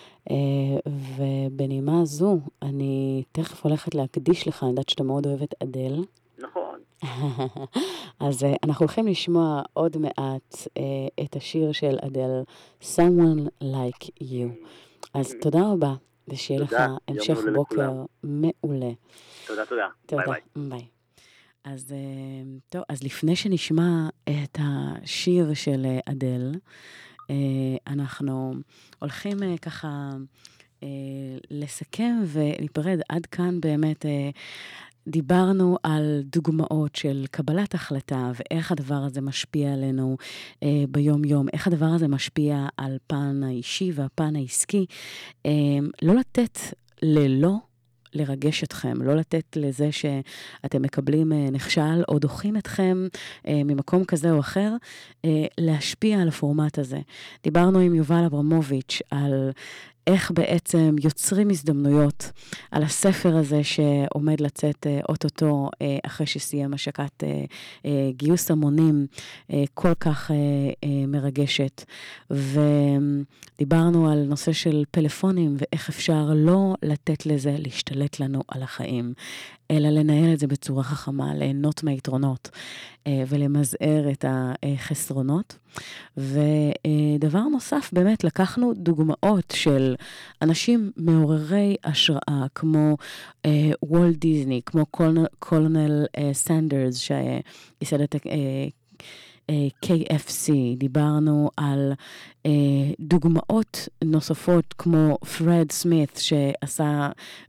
ובנימה זו, אני תכף הולכת להקדיש לך, אני יודעת שאתה מאוד אוהבת אדל. נכון. אז אנחנו הולכים לשמוע עוד מעט את השיר של אדל, Someone Like You. אז תודה רבה, ושיהיה לך המשך בוקר מעולה. תודה. ביי. אז טוב, אז לפני שנשמע את השיר של אדל, אנחנו הולכים ככה לסכם ולהיפרד. עד כאן באמת דיברנו על דוגמאות של קבלת החלטה, ואיך הדבר הזה משפיע עלינו ביום יום, איך הדבר הזה משפיע על פן האישי והפן העסקי. לא לתת ללא לרגש אתכם, לא לתת לזה שאתם מקבלים נכשל או דוחים אתכם ממקום כזה או אחר, להשפיע על הפורמט הזה. דיברנו עם יובל אברמוביץ' על איך בעצם יוצרים הזדמנויות על הספר הזה שעומד לצאת אוטוטו אחרי שסיים השקת גיוס המונים כל כך מרגשת. ודיברנו על נושא של פלאפונים ואיך אפשר לא לתת לזה להשתלט לנו על החיים, אלא לנהל את זה בצורה חכמה, ליהנות מהיתרונות ולמזער את החסרונות. ודבר נוסף, באמת לקחנו דוגמאות של אנשים מעוררי השראה, כמו וולט דיזני, כמו קולונל סנדרס, שייסד את KFC, דיברנו על דוגמאות נוספות כמו פרד סמית שעשה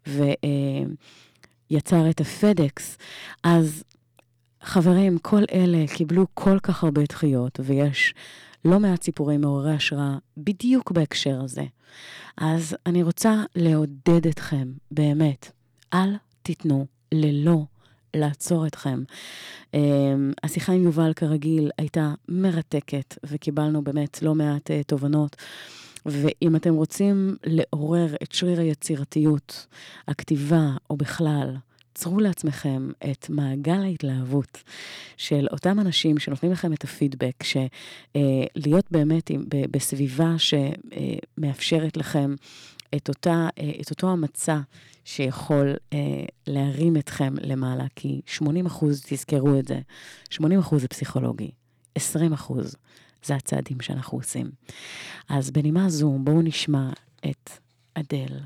ויצר את הפדקס. אז חברים, כל אלה קיבלו כל כך הרבה דחיות, ויש לא מעט סיפורים מעוררי השראה בדיוק בהקשר הזה. אז אני רוצה לעודד אתכם, באמת, אל תיתנו ללא לעצור אתכם. השיחה עם יובל כרגיל הייתה מרתקת, וקיבלנו באמת לא מעט תובנות. ואם אתם רוצים לעורר את שריר היצירתיות, הכתיבה או בכלל, צרו לעצמכם את מעגל ההתלהבות של אותם אנשים שנותנים לכם את הפידבק, שלהיות באמת בסביבה שמאפשרת לכם את אותו המצע שיכול להרים אתכם למעלה, כי 80%, תזכרו את זה, 80% זה פסיכולוגי, 20% זה הצעדים שאנחנו עושים. אז בנימה זו, בואו נשמע את אדל.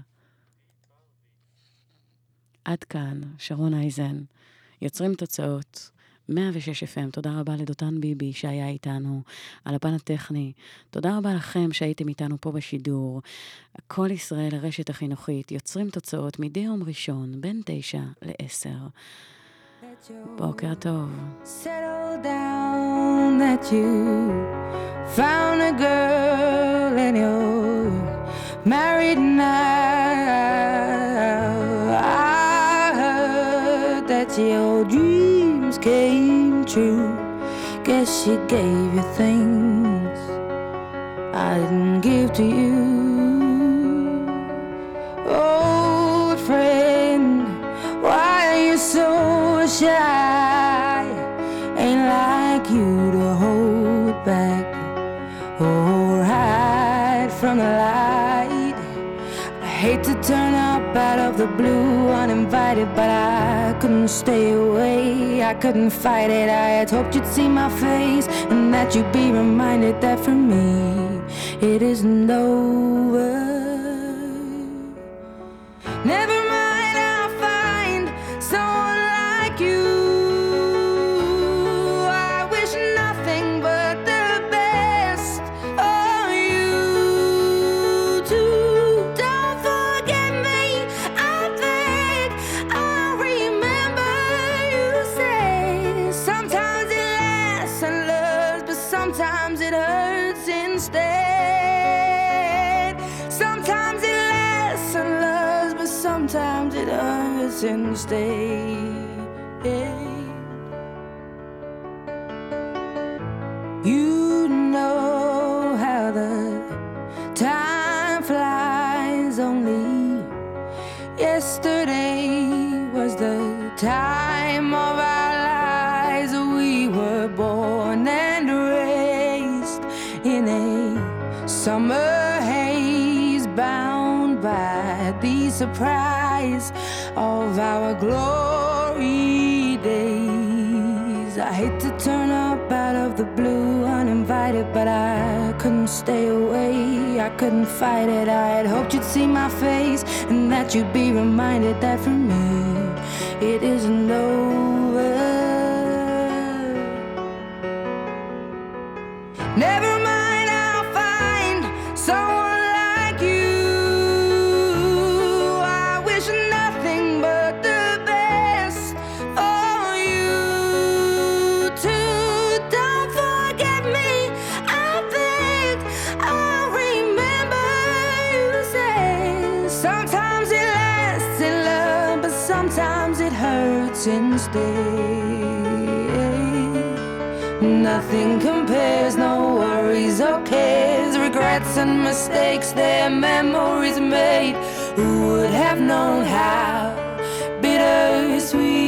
עד כאן, שרון אייזן, יוצרים תוצאות, 106 FM, תודה רבה לדותן ביבי שהיה איתנו על הפן הטכני, תודה רבה לכם שהייתם איתנו פה בשידור, כל ישראל הרשת החינוכית, יוצרים תוצאות מדי יום ראשון, בין 9 ל-10. בוקר טוב. Settle down that you found a girl and you're married now. I heard that your dreams came true. Guess she gave you things I didn't give to you. Old friend, why are you so shy? Ain't like you to hold back or hide from the light. I hate to turn up out of the blue uninvited, but I couldn't stay away, I couldn't fight it. I had hoped you'd see my face and that you'd be reminded that for me it isn't over. Never mind, I'll find someone like you. I wish nothing but the best for you too. Don't forget me, I beg. I remember you say sometimes it lasts and loves, but sometimes it hurts instead. Sometimes it lasts and loves, but sometimes it hurts instead. You know how the time flies. Only yesterday was the time of our lives. We were born and raised in a summer haze, bound by the surprise of our glory days. I hate to turn up out of the blue uninvited, but I couldn't stay away, I couldn't fight it. I had hoped you'd see my face and that you'd be reminded that for me it isn't over. Never mind, I'll find someone like you. I wish nothing but the best for you too. Don't forget me, I beg. I remember you say sometimes it lasts in love, but sometimes it hurts instead. Nothing compares, no worries or cares, regrets regrets and mistakes their memories made. Who would have known how bittersweet